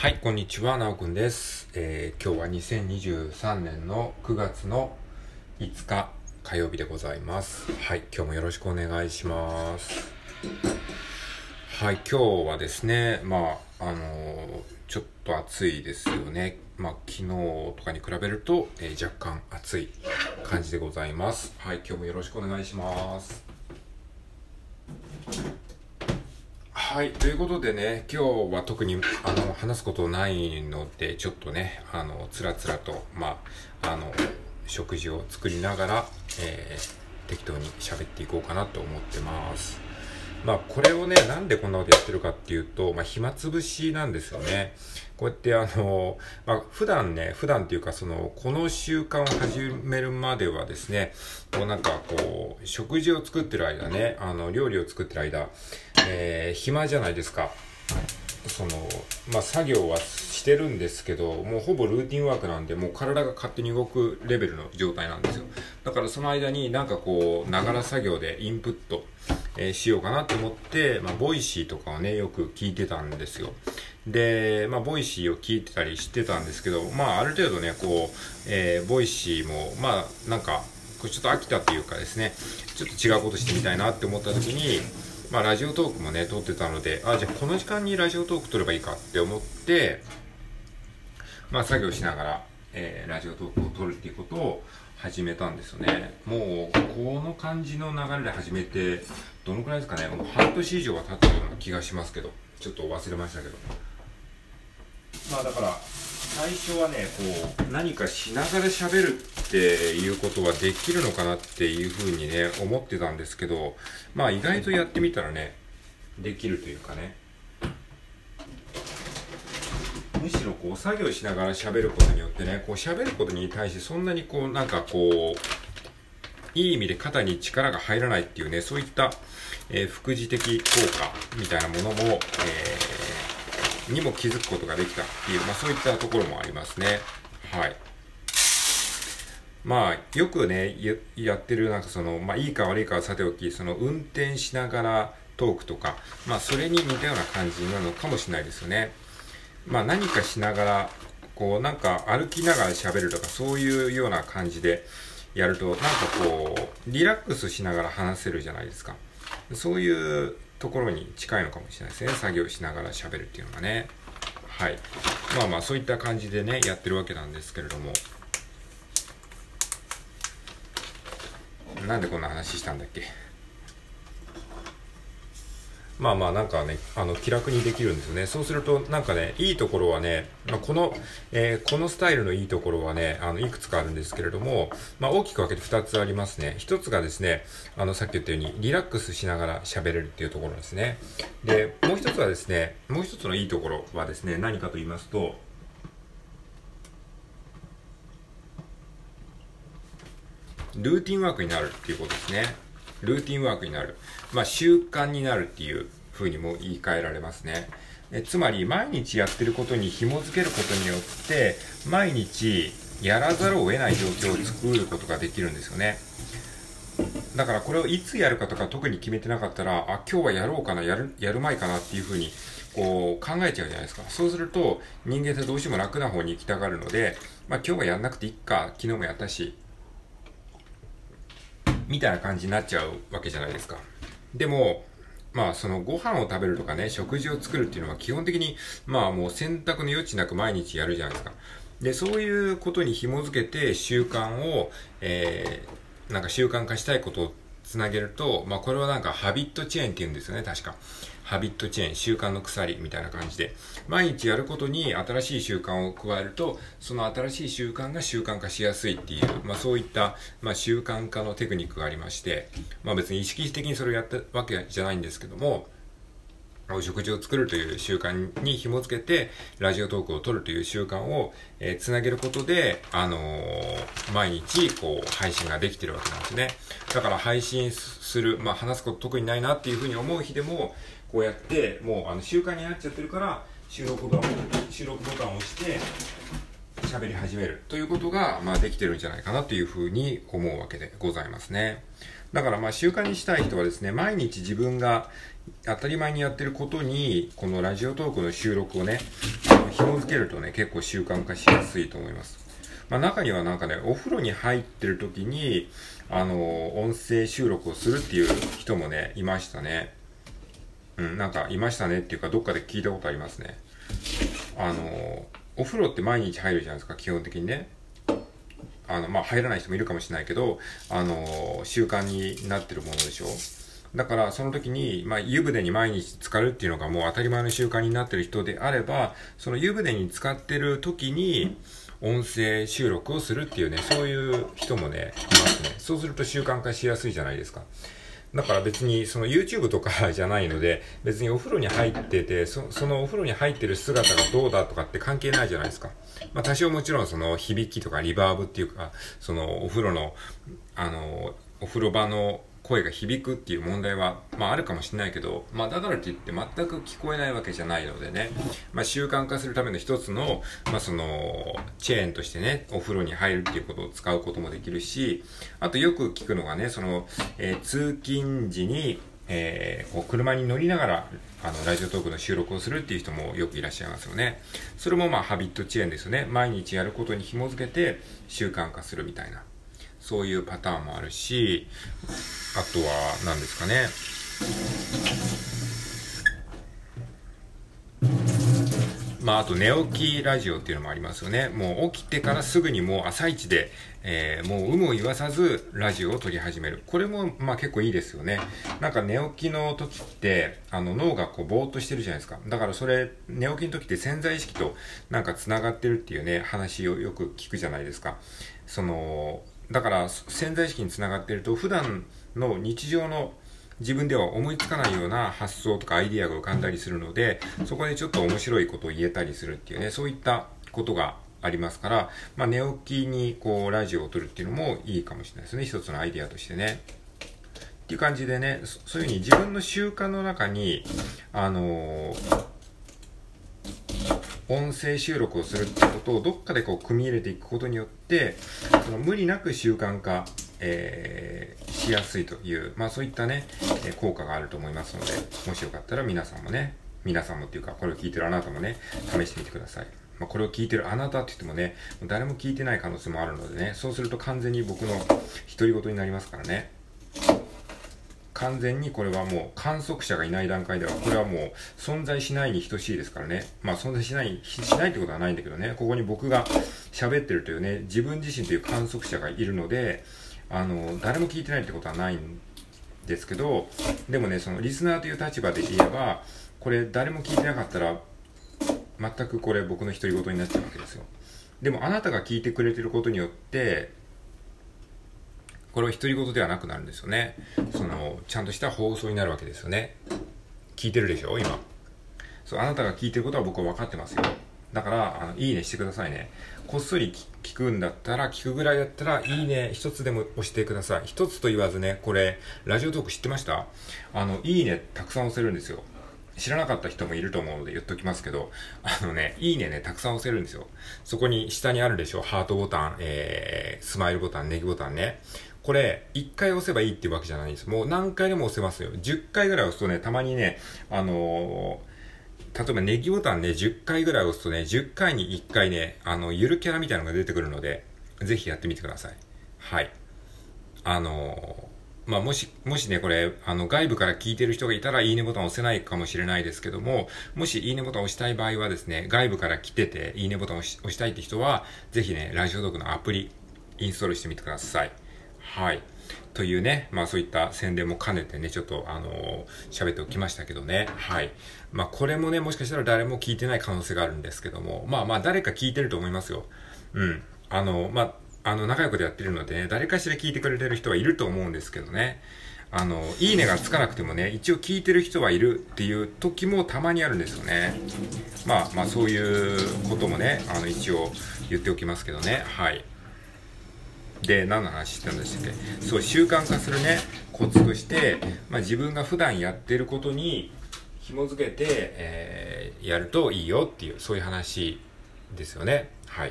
はい、こんにちは、なおくんです。今日は2023年の9月の5日火曜日でございます。はい、今日もよろしくお願いします。はい、今日はですね、ちょっと暑いですよね。昨日とかに比べると、若干暑い感じでございます。はい、今日もよろしくお願いします。はい、ということでね、今日は特に話すことないので、ちょっとね、つらつらと、食事を作りながら、適当に喋っていこうかなと思ってます。これをね、なんでこんなことやってるかっていうと、暇つぶしなんですよね。こうやって普段っていうかこの習慣を始めるまではですね、食事を作ってる間ね、料理を作ってる間、暇じゃないですか。作業はしてるんですけど、もうほぼルーティンワークなんで、もう体が勝手に動くレベルの状態なんですよ。だからその間にながら作業でインプット、しようかなと思って、ボイシーとかをね、よく聞いてたんですよ。で、ボイシーを聞いてたりしてたんですけど、ある程度ね、ボイシーも、ちょっと飽きたっていうかですね、ちょっと違うことしてみたいなって思った時に、ラジオトークもね、撮ってたので、じゃあこの時間にラジオトーク撮ればいいかって思って、作業しながら、ラジオトークを撮るっていうことを始めたんですよね。もう、この感じの流れで始めて、どのくらいですかね、もう半年以上は経ったような気がしますけど、ちょっと忘れましたけど。だから、最初はね、何かしながら喋るっていうことはできるのかなっていうふうにね、思ってたんですけど、意外とやってみたらね、できるというかね、むしろ作業しながら喋ることによってね、喋ることに対してそんなにいい意味で肩に力が入らないっていうね、そういった、副次的効果みたいなものも、にも気づくことができたっていう、そういったところもありますね。はい。よくね、やってる、いいか悪いかはさておき、運転しながらトークとか、それに似たような感じなのかもしれないですよね。何かしながら、歩きながら喋るとか、そういうような感じでやると、リラックスしながら話せるじゃないですか。そういうところに近いのかもしれないですね。作業しながら喋るっていうのがね。はい。そういった感じでね、やってるわけなんですけれども。なんでこんな話したんだっけ。気楽にできるんですよね。そうすると、いいところはね、このスタイルのいいところはね、いくつかあるんですけれども、大きく分けて2つありますね。1つがですね、さっき言ったように、リラックスしながら喋れるっていうところですね。で、もう1つはですね、もう1つのいいところはですね、何かと言いますと、ルーティンワークになるっていうことですね。ルーティンワークになる。習慣になるっていう風にも言い換えられますね。つまり、毎日やってることに紐づけることによって、毎日やらざるを得ない状況を作ることができるんですよね。だからこれをいつやるかとか特に決めてなかったら、今日はやろうかな、やるまいかなっていう風に考えちゃうじゃないですか。そうすると、人間ってどうしても楽な方に行きたがるので、今日はやんなくていいか、昨日もやったし、みたいな感じになっちゃうわけじゃないですか。でも、ご飯を食べるとかね、食事を作るっていうのは基本的に、もう選択の余地なく毎日やるじゃないですか。で、そういうことに紐づけて習慣を、習慣化したいことをつなげると、これはハビットチェーンって言うんですよね、確か。ハビットチェーン、習慣の鎖みたいな感じで、毎日やることに新しい習慣を加えると、その新しい習慣が習慣化しやすいっていう、そういった、習慣化のテクニックがありまして、別に意識的にそれをやったわけじゃないんですけども、食事を作るという習慣に紐付けて、ラジオトークを取るという習慣を、つなげることで、毎日、配信ができてるわけなんですね。だから配信する、話すこと特にないなっていうふうに思う日でも、こうやって、もう、習慣になっちゃってるから、収録ボタンを押して、喋り始めるということが、できてるんじゃないかなというふうに思うわけでございますね。だから習慣にしたい人はですね、毎日自分が当たり前にやってることに、このラジオトークの収録をね、 紐付けるとね、結構習慣化しやすいと思います。まあ中にはなんかね、お風呂に入ってる時に、音声収録をするっていう人もね、いましたね。なんかいましたねっていうか、どっかで聞いたことありますね。お風呂って毎日入るじゃないですか、基本的にね。まあ入らない人もいるかもしれないけど、習慣になってるものでしょ。だからその時に、まあ湯船に毎日浸かるっていうのがもう当たり前の習慣になってる人であれば、その湯船に浸かってる時に音声収録をするっていうね、そういう人もね、いますね。そうすると習慣化しやすいじゃないですか。だから別にその YouTube とかじゃないので、別にお風呂に入ってて、そのお風呂に入ってる姿がどうだとかって関係ないじゃないですか。まあ多少もちろんその響きとかリバーブっていうか、そのお風呂の、お風呂場の声が響くっていう問題は、まああるかもしれないけど、まあだからといって全く聞こえないわけじゃないのでね、まあ習慣化するための一つの、まあその、チェーンとしてね、お風呂に入るっていうことを使うこともできるし、あとよく聞くのがね、その、通勤時に、こう車に乗りながら、ラジオトークの収録をするっていう人もよくいらっしゃいますよね。それもまあハビットチェーンですよね。毎日やることに紐付けて習慣化するみたいな。そういうパターンもあるし、あとは何ですかね。まあ、あと寝起きラジオっていうのもありますよね。もう起きてからすぐにもう朝一で、もう有無を言わさずラジオを撮り始める。これもまあ結構いいですよね。なんか寝起きの時って、脳がこうぼーっとしてるじゃないですか。だからそれ、寝起きの時って潜在意識となんか繋がってるっていうね、話をよく聞くじゃないですか。だから潜在意識に繋がってると普段の日常の自分では思いつかないような発想とかアイディアが浮かんだりするので、そこでちょっと面白いことを言えたりするっていうね、そういったことがありますから、まあ寝起きにこうラジオを撮るっていうのもいいかもしれないですね。一つのアイディアとしてね。っていう感じでね、そういうふうに自分の習慣の中に、音声収録をするってことをどっかでこう組み入れていくことによって、その無理なく習慣化、しやすいという、まあそういったね、効果があると思いますので、もしよかったら皆さんもっていうか、これを聞いてるあなたもね、試してみてください。まあこれを聞いてるあなたって言ってもね、誰も聞いてない可能性もあるのでね、そうすると完全に僕の独り言になりますからね。完全にこれはもう観測者がいない段階では、これはもう存在しないに等しいですからね。まあ存在しないってことはないんだけどね、ここに僕が喋ってるというね、自分自身という観測者がいるので、誰も聞いてないってことはないんですけど、でもね、そのリスナーという立場で言えば、これ誰も聞いてなかったら、全くこれ僕の独り言になっちゃうわけですよ。でもあなたが聞いてくれてることによって、これは独り言ではなくなるんですよね。ちゃんとした放送になるわけですよね。聞いてるでしょ今。そう、あなたが聞いてることは僕は分かってますよ。だから、いいねしてくださいね。こっそり聞くんだったら、聞くぐらいだったら、いいね一つでも押してください。一つと言わずね、これ、ラジオトーク知ってました？いいねたくさん押せるんですよ。知らなかった人もいると思うので言っときますけど、いいねたくさん押せるんですよ。そこに下にあるでしょ、ハートボタン、スマイルボタン、ネギボタンね。これ、1回押せばいいっていうわけじゃないんです。もう何回でも押せますよ。10回ぐらい押すとね、たまにね、例えばネギボタンね、10回ぐらい押すとね、10回に1回ね、ゆるキャラみたいなのが出てくるので、ぜひやってみてください。はい。まあ、もしね、これ、外部から聞いてる人がいたら、いいねボタンを押せないかもしれないですけども、もしいいねボタンを押したい場合はですね、外部から来てて、いいねボタンを押したいって人は、ぜひね、ラジオトークのアプリ、インストールしてみてください。はい。というね、まあそういった宣伝も兼ねてね、ちょっと喋っておきましたけどね。はい。まあこれもね、もしかしたら誰も聞いてない可能性があるんですけども、まあ誰か聞いてると思いますよ。うん。仲良くでやってるのでね、誰かしら聞いてくれてる人はいると思うんですけどね。いいねがつかなくてもね、一応聞いてる人はいるっていう時もたまにあるんですよね。まあそういうこともね、一応言っておきますけどね。はい。で、何の話してたんでしたっけ？そう、習慣化するね、コツとして、まあ自分が普段やってることに紐づけて、やるといいよっていう、そういう話ですよね。はい。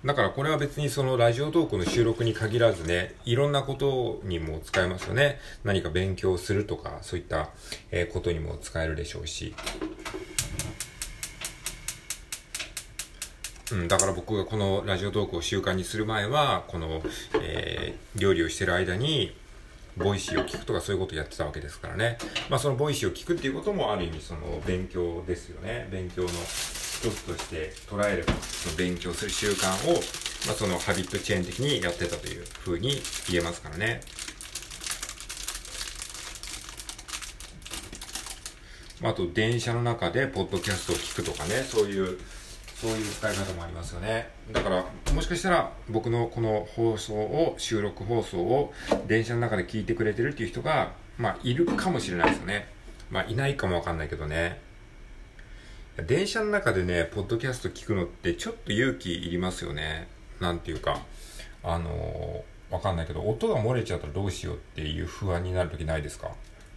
だからこれは別にそのラジオトークの収録に限らずね、いろんなことにも使えますよね。何か勉強するとか、そういった、ことにも使えるでしょうし。だから僕がこのラジオトークを習慣にする前は、この、料理をしてる間に、ボイシーを聞くとかそういうことをやってたわけですからね。そのボイシーを聞くっていうこともある意味その勉強ですよね。勉強の一つとして捉えれば、その勉強する習慣を、そのハビットチェーン的にやってたというふうに言えますからね。あと電車の中でポッドキャストを聞くとかね、そういう使い方もありますよね。だからもしかしたら僕のこの収録放送を電車の中で聞いてくれてるっていう人がいるかもしれないですよね。いないかもわかんないけどね。電車の中でねポッドキャスト聞くのってちょっと勇気いりますよね。なんていうかわかんないけど、音が漏れちゃったらどうしようっていう不安になるときないですか？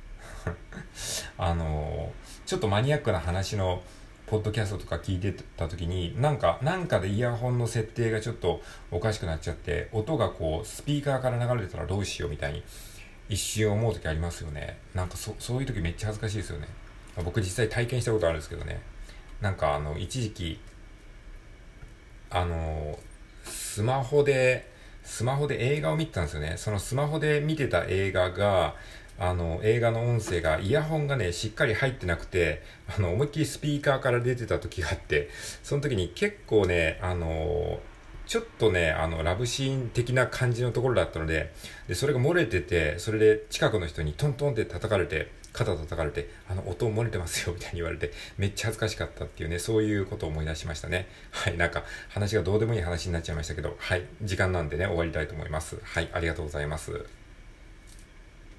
ちょっとマニアックな話のポッドキャストとか聞いてた時になんかでイヤホンの設定がちょっとおかしくなっちゃって、音がこうスピーカーから流れてたらどうしようみたいに一瞬思う時ありますよね。なんかそういう時めっちゃ恥ずかしいですよね。僕実際体験したことあるんですけどね。なんか一時期スマホで映画を見てたんですよね。そのスマホで見てた映画が映画の音声がイヤホンがねしっかり入ってなくて、思いっきりスピーカーから出てた時があって、その時に結構ねちょっとねラブシーン的な感じのところだったので、それが漏れてて、それで近くの人にトントンって肩叩かれて音漏れてますよみたいに言われて、めっちゃ恥ずかしかったっていうね、そういうことを思い出しましたね。はい、なんか話がどうでもいい話になっちゃいましたけど、はい、時間なんでね終わりたいと思います。はい、ありがとうございます。